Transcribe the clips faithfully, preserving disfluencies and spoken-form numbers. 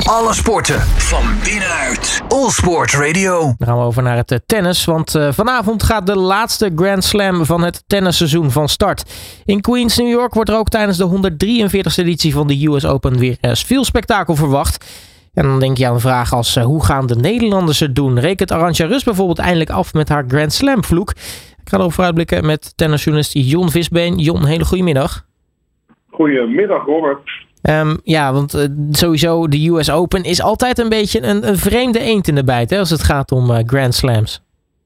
Alle sporten van binnenuit. All Sport Radio. Dan gaan we over naar het uh, tennis. Want uh, vanavond gaat de laatste Grand Slam van het tennisseizoen van start. In Queens, New York wordt er ook tijdens de honderddrieënveertigste editie van de U S Open weer uh, veel spektakel verwacht. En dan denk je aan de vraag als uh, hoe gaan de Nederlanders het doen? Rekent Arantxa Rus bijvoorbeeld eindelijk af met haar Grand Slam vloek? Ik ga erop vooruitblikken met tennisjournalist Jon Visbeen. Jon, hele goede middag. Goedemiddag, Robert. Um, ja, want uh, sowieso de U S Open is altijd een beetje een, een vreemde eend in de bijt, hè, als het gaat om uh, Grand Slams.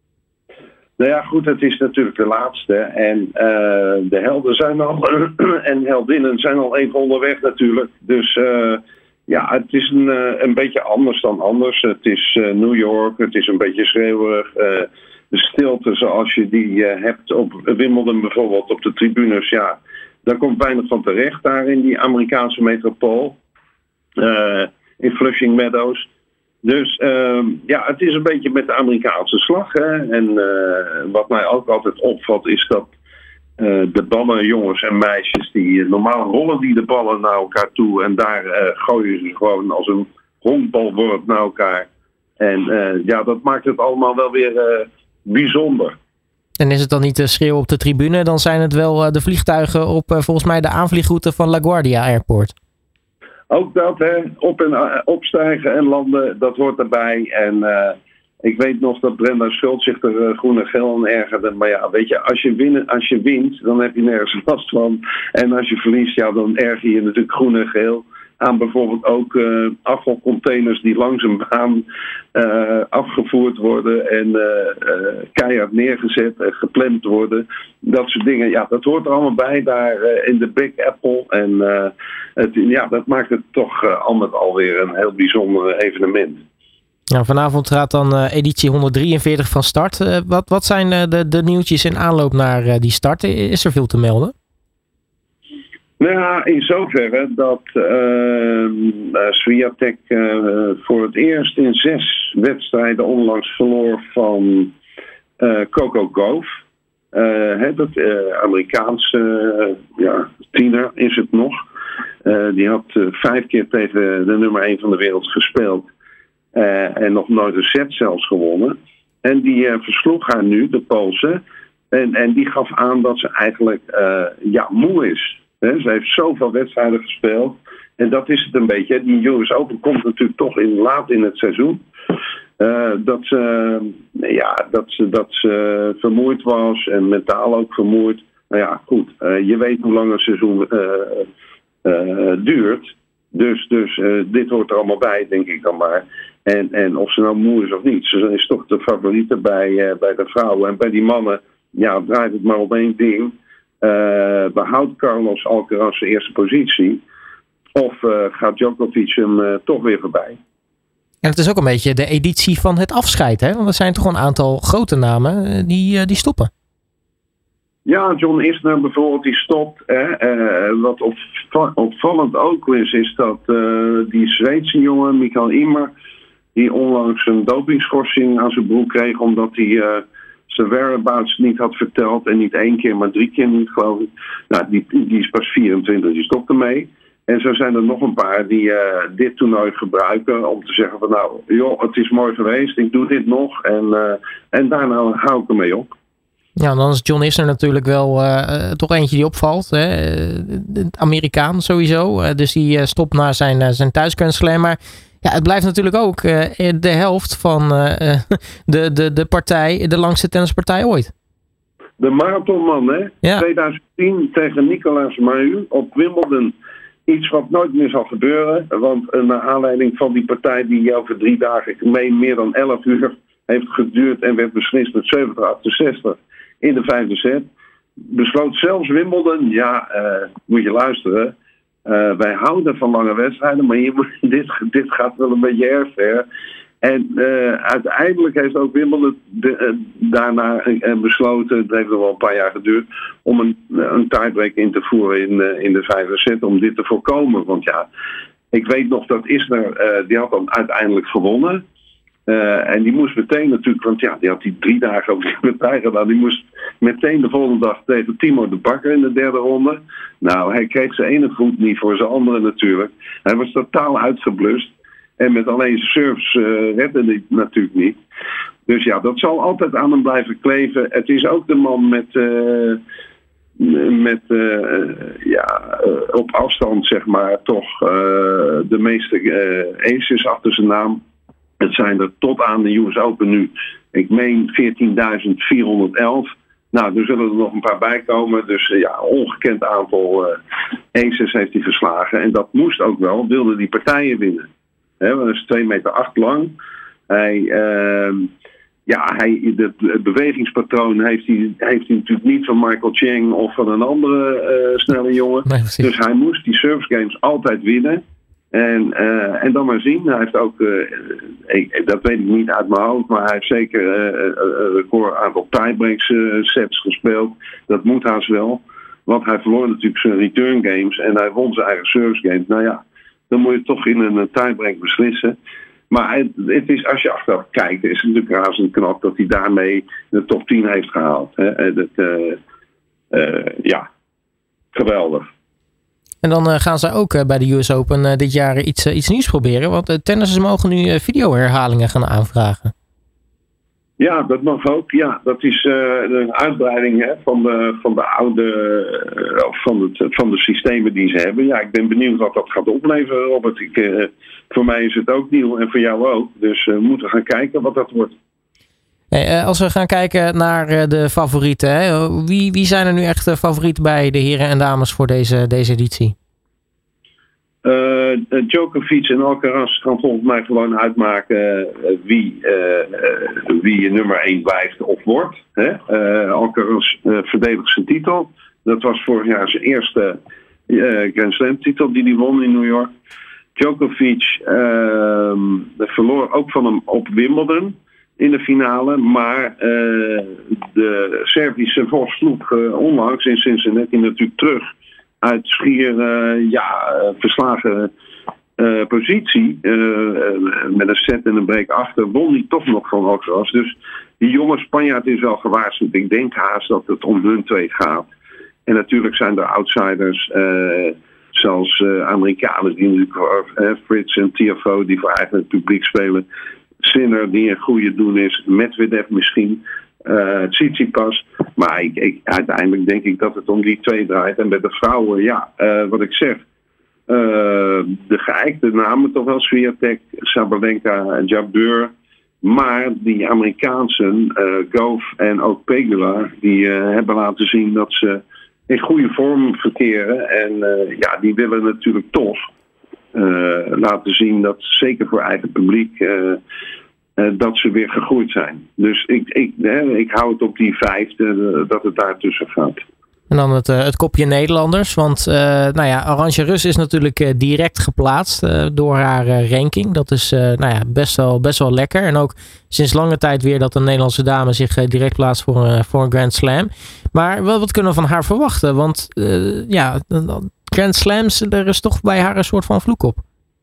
Nou ja, goed, het is natuurlijk de laatste. En uh, de helden zijn al en heldinnen zijn al even onderweg natuurlijk. Dus uh, ja, het is een, uh, een beetje anders dan anders. Het is uh, New York, het is een beetje schreeuwerig. Uh, de stilte zoals je die uh, hebt op Wimbledon bijvoorbeeld, op de tribunes, ja. Daar komt weinig van terecht, daar in die Amerikaanse metropool. Uh, in Flushing Meadows. Dus uh, ja, het is een beetje met de Amerikaanse slag. Hè? En uh, wat mij ook altijd opvalt is dat uh, de ballen, jongens en meisjes, die normaal rollen die de ballen naar elkaar toe. En daar uh, gooien ze gewoon als een honkbalworp naar elkaar. En uh, ja, dat maakt het allemaal wel weer uh, bijzonder. En is het dan niet de schreeuw op de tribune, dan zijn het wel uh, de vliegtuigen op uh, volgens mij de aanvliegroute van LaGuardia Airport. Ook dat, hè. Op en uh, opstijgen en landen, dat hoort erbij. En uh, ik weet nog dat Brenda Schultz zich er uh, groen en geel aan ergerde. Maar ja, weet je, als je, win, als je wint, dan heb je nergens last van. En als je verliest, ja, dan erger je natuurlijk groen en geel aan bijvoorbeeld ook uh, afvalcontainers die langs een baan uh, afgevoerd worden en uh, uh, keihard neergezet en gepland worden. Dat soort dingen, ja, dat hoort er allemaal bij daar uh, in de Big Apple. En uh, het, ja, dat maakt het toch uh, al met alweer een heel bijzonder evenement. Ja, vanavond gaat dan uh, editie honderddrieënveertig van start. Uh, wat, wat zijn uh, de, de nieuwtjes in aanloop naar uh, die start? Is er veel te melden? Nou ja, in zoverre dat uh, uh, Swiatek uh, voor het eerst in zes wedstrijden onlangs verloor van uh, Coco Gauff. Uh, hè, dat uh, Amerikaanse uh, ja, tiener is het nog. Uh, die had uh, vijf keer tegen de nummer één van de wereld gespeeld. Uh, en nog nooit een set zelfs gewonnen. En die uh, versloeg haar nu, de Poolse. En, en die gaf aan dat ze eigenlijk uh, ja, moe is. He, ze heeft zoveel wedstrijden gespeeld. En dat is het een beetje. Die U S Open komt natuurlijk toch in, laat in het seizoen. Uh, dat, ze, ja, dat, ze, dat ze vermoeid was. En mentaal ook vermoeid. Nou ja, goed. Uh, je weet hoe lang een seizoen uh, uh, duurt. Dus, dus uh, dit hoort er allemaal bij, denk ik dan maar. En, en of ze nou moe is of niet. Ze is toch de favoriete bij, uh, bij de vrouwen. En bij die mannen, ja, draait het maar op één ding. Uh, behoudt Carlos Alcaraz zijn eerste positie? Of uh, gaat Djokovic hem uh, toch weer voorbij? En het is ook een beetje de editie van het afscheid, hè? Want er zijn toch een aantal grote namen die, uh, die stoppen. Ja, John Isner bijvoorbeeld, die stopt. Hè? Uh, wat opv- opvallend ook is, is dat uh, die Zweedse jongen, Mikael Ymer, die onlangs een dopingschorsing aan zijn broek kreeg, omdat hij Uh, zijn whereabouts niet had verteld. En niet één keer, maar drie keer niet, geloof ik. Nou, die, die is pas vierentwintig, die stopt ermee. En zo zijn er nog een paar die uh, dit toernooi gebruiken om te zeggen van nou, joh, het is mooi geweest, ik doe dit nog. En, uh, en daarna hou ik ermee op. Ja, dan is John Isner natuurlijk wel uh, toch eentje die opvalt. Hè? De Amerikaan sowieso. Uh, dus die uh, stopt naar zijn, uh, zijn thuisgrand slam. Maar ja, het blijft natuurlijk ook uh, de helft van uh, de, de, de partij, de langste tennispartij ooit. De marathonman, hè? Ja. twintig tien tegen Nicolas Mahut op Wimbledon. Iets wat nooit meer zal gebeuren. Want uh, naar aanleiding van die partij die over drie dagen mee meer dan elf uur heeft geduurd en werd beslist met zeventig achtenzestig in de vijfde set, besloot zelfs Wimbledon, ja, uh, moet je luisteren. Uh, wij houden van lange wedstrijden, maar hier, dit, dit gaat wel een beetje erg ver. En uh, uiteindelijk heeft ook Wimbledon de, uh, daarna uh, besloten, het heeft nog wel een paar jaar geduurd, om een, een tiebreak in te voeren in, uh, in de vijfde set om dit te voorkomen. Want ja, ik weet nog dat Isner, uh, die had dan uiteindelijk gewonnen. Uh, en die moest meteen natuurlijk, want ja, die had die drie dagen over die partij gedaan. Die moest meteen de volgende dag tegen Timo de Bakker in de derde ronde. Nou, hij kreeg zijn ene voet niet voor zijn andere natuurlijk. Hij was totaal uitgeblust. En met alleen service uh, redde hij het natuurlijk niet. Dus ja, dat zal altijd aan hem blijven kleven. Het is ook de man met, uh, met uh, ja, uh, op afstand, zeg maar, toch uh, de meeste uh, aces achter zijn naam. Het zijn er tot aan de U S Open nu, ik meen veertienduizend vierhonderdelf. Nou, er zullen er nog een paar bij komen. Dus uh, ja, ongekend aantal uh, aces heeft hij verslagen. En dat moest ook wel, wilde die partijen winnen. He, dat is twee meter acht lang. Hij, uh, ja, hij, het bewegingspatroon heeft hij, heeft hij natuurlijk niet van Michael Chang of van een andere uh, snelle jongen. Nee, dus hij moest die service games altijd winnen. En, uh, en dan maar zien. Hij heeft ook, uh, ik, dat weet ik niet uit mijn hoofd, maar hij heeft zeker uh, een record aantal tiebreaks uh, sets gespeeld. Dat moet haast wel. Want hij verloor natuurlijk zijn return games en hij won zijn eigen service games. Nou ja, dan moet je toch in een tiebreak beslissen. Maar het, het is, als je achteraf kijkt, is het natuurlijk razend knap dat hij daarmee de top tien heeft gehaald. Hè? Dat, uh, uh, ja, geweldig. En dan uh, gaan zij ook uh, bij de U S Open uh, dit jaar iets, uh, iets nieuws proberen. Want uh, tennissers mogen nu uh, videoherhalingen gaan aanvragen. Ja, dat mag ook. Ja, dat is uh, een uitbreiding hè, van, de, van de oude uh, of van, het, van de systemen die ze hebben. Ja, ik ben benieuwd wat dat gaat opleveren, Robert. Ik, uh, voor mij is het ook nieuw en voor jou ook. Dus uh, we moeten gaan kijken wat dat wordt. Hey, uh, als we gaan kijken naar uh, de favorieten, hè, wie, wie zijn er nu echt uh, favoriet bij de heren en dames voor deze, deze editie? Uh, Djokovic en Alcaraz gaan volgens mij gewoon uitmaken uh, wie, uh, uh, wie nummer één blijft of wordt. Hè? Uh, Alcaraz uh, verdedigt zijn titel. Dat was vorig jaar zijn eerste uh, Grand Slam titel die hij won in New York. Djokovic uh, verloor ook van hem op Wimbledon in de finale. Maar uh, de Servische Vos sloeg uh, onlangs in Cincinnati natuurlijk terug. Uit schier uh, ja, verslagen uh, positie. Uh, uh, met een set en een break achter. Won hij toch nog van Alcaraz. Dus die jonge Spanjaard is wel gewaarschuwd. Ik denk haast dat het om hun twee gaat. En natuurlijk zijn er outsiders. Uh, zoals uh, Amerikanen. Die natuurlijk uh, Fritz en Tiafoe. Die voor eigen publiek spelen. Sinner die een goede doen is. Medvedev misschien. Uh, Tsitsipas. Maar ik, ik, uiteindelijk denk ik dat het om die twee draait. En bij de vrouwen, ja, uh, wat ik zeg. Uh, de geëikte namen toch wel. Swiatek, Sabalenka en Jabeur. Maar die Amerikaanse, uh, Gauff en ook Pegula, die uh, hebben laten zien dat ze in goede vorm verkeren. En uh, ja, die willen natuurlijk toch uh, laten zien dat, zeker voor eigen publiek, uh, uh, dat ze weer gegroeid zijn. Dus ik, ik, hè, ik hou het op die vijfde, uh, dat het daartussen gaat. En dan het, uh, het kopje Nederlanders. Want uh, nou ja, Arantxa Rus is natuurlijk uh, direct geplaatst uh, door haar uh, ranking. Dat is uh, nou ja, best, wel, best wel lekker. En ook sinds lange tijd weer dat een Nederlandse dame zich uh, direct plaatst voor, uh, voor een Grand Slam. Maar wel, wat kunnen we van haar verwachten? Want uh, ja, Grand Slams, er is toch bij haar een soort van vloek op.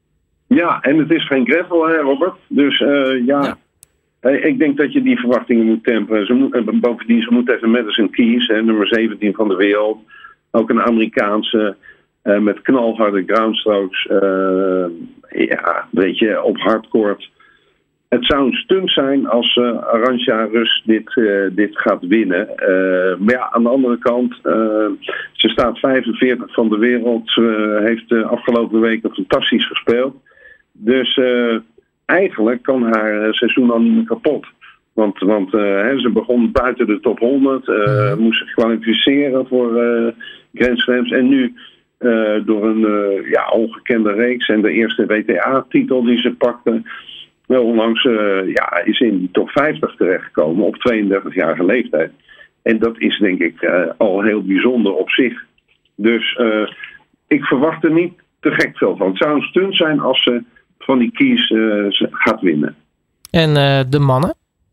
Ja, en het is geen gravel, hè, Robert. Dus uh, ja... ja. Ik denk dat je die verwachtingen moet temperen. Ze moet, bovendien, ze moet even Madison Keys, hè, nummer zeventien van de wereld. Ook een Amerikaanse uh, met knalharde groundstrokes. Uh, ja, weet je, op hardcourt. Het zou een stunt zijn als uh, Arantxa Rus dit, uh, dit gaat winnen. Uh, maar ja, aan de andere kant, uh, ze staat vijfenveertig van de wereld. Uh, heeft de afgelopen weken fantastisch gespeeld. Dus... Uh, Eigenlijk kan haar seizoen al niet meer kapot. Want, want uh, hè, ze begon buiten de top honderd. Uh, moest zich kwalificeren voor uh, Grand Slams. En nu uh, door een uh, ja, ongekende reeks. En de eerste W T A-titel die ze pakte. Wel onlangs uh, ja, is in die top vijftig terechtgekomen. Op tweeëndertigjarige leeftijd. En dat is denk ik uh, al heel bijzonder op zich. Dus uh, ik verwacht er niet te gek veel van. Het zou een stunt zijn als ze... van die Keys uh, gaat winnen. En uh, de mannen?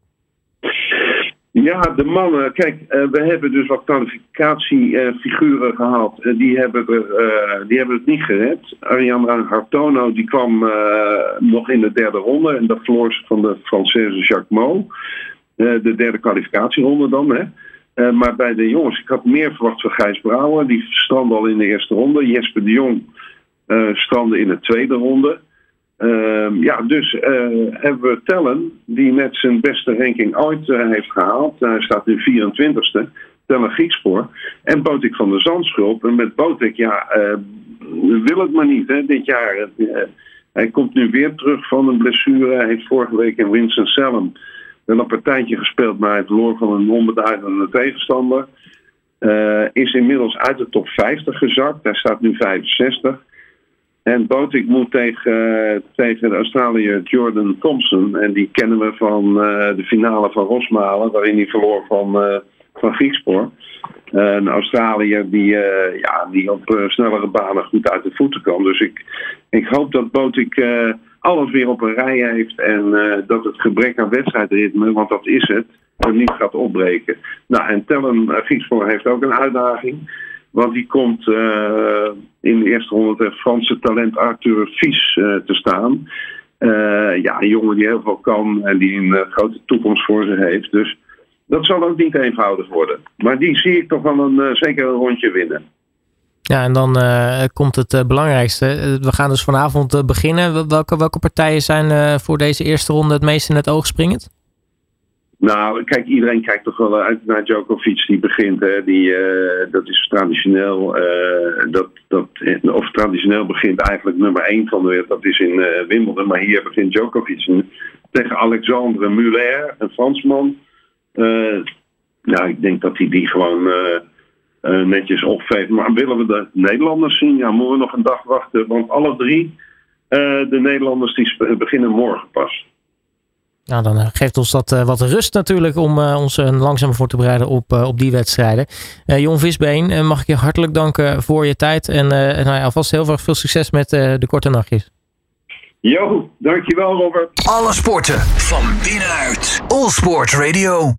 Ja, de mannen. Kijk, uh, we hebben dus wat kwalificatiefiguren uh, gehaald. Uh, die, hebben er, uh, die hebben het niet gered. Ariane Hartono die kwam uh, nog in de derde ronde. En dat verloor ze van de Française Jacques Mo. Uh, de derde kwalificatieronde dan. Hè. Uh, maar bij de jongens, ik had meer verwacht van Gijs Brouwer. Die strandde al in de eerste ronde. Jesper de Jong uh, strandde in de tweede ronde. Uh, ja, dus uh, hebben we Tellen, die net zijn beste ranking ooit uh, heeft gehaald. Hij staat nu vierentwintigste. Tellen Griekspoor. En Botik van der Zandschulp. En met Botik, ja, uh, wil het maar niet, hè, dit jaar. Uh, hij komt nu weer terug van een blessure. Hij heeft vorige week in Winston-Salem wel een partijtje gespeeld, maar hij verloor van een onbeduidende tegenstander. Uh, is inmiddels uit de top vijftig gezakt. Hij staat nu vijfenzestig. En Botik moet tegen, uh, tegen de Australiër Jordan Thompson. En die kennen we van uh, de finale van Rosmalen, waarin hij verloor van, uh, van Griekspoor. Uh, een Australiër die, uh, ja, die op uh, snellere banen goed uit de voeten kan. Dus ik, ik hoop dat Botik uh, alles weer op een rij heeft. En uh, dat het gebrek aan wedstrijdritme, want dat is het, er niet gaat opbreken. Nou, en Tellen uh, Griekspoor heeft ook een uitdaging. Want die komt uh, in de eerste ronde tegen Franse talent Arthur Fies uh, te staan. Uh, ja, een jongen die heel veel kan en die een uh, grote toekomst voor zich heeft. Dus dat zal ook niet eenvoudig worden. Maar die zie ik toch wel een, uh, zeker een rondje winnen. Ja, en dan uh, komt het uh, belangrijkste. We gaan dus vanavond uh, beginnen. Welke, welke partijen zijn uh, voor deze eerste ronde het meest in het oog springend? Nou, kijk, iedereen kijkt toch wel uit naar Djokovic die begint. Hè. Die, uh, dat is traditioneel, uh, dat, dat, of traditioneel begint eigenlijk nummer één van de wereld. Dat is in uh, Wimbledon, maar hier begint Djokovic tegen Alexandre Muller, een Fransman. Uh, nou, ik denk dat hij die gewoon uh, uh, netjes opveegt. Maar willen we de Nederlanders zien? Ja, moeten we nog een dag wachten. Want alle drie, uh, de Nederlanders, die sp- beginnen morgen pas. Nou, dan geeft ons dat uh, wat rust natuurlijk om uh, ons uh, langzaam voor te bereiden op, uh, op die wedstrijden. Uh, Jon Visbeen, uh, mag ik je hartelijk danken voor je tijd. En uh, nou ja, alvast heel veel, veel succes met uh, de korte nachtjes. Jo, dankjewel Robert. Alle sporten van binnenuit. All Sport Radio.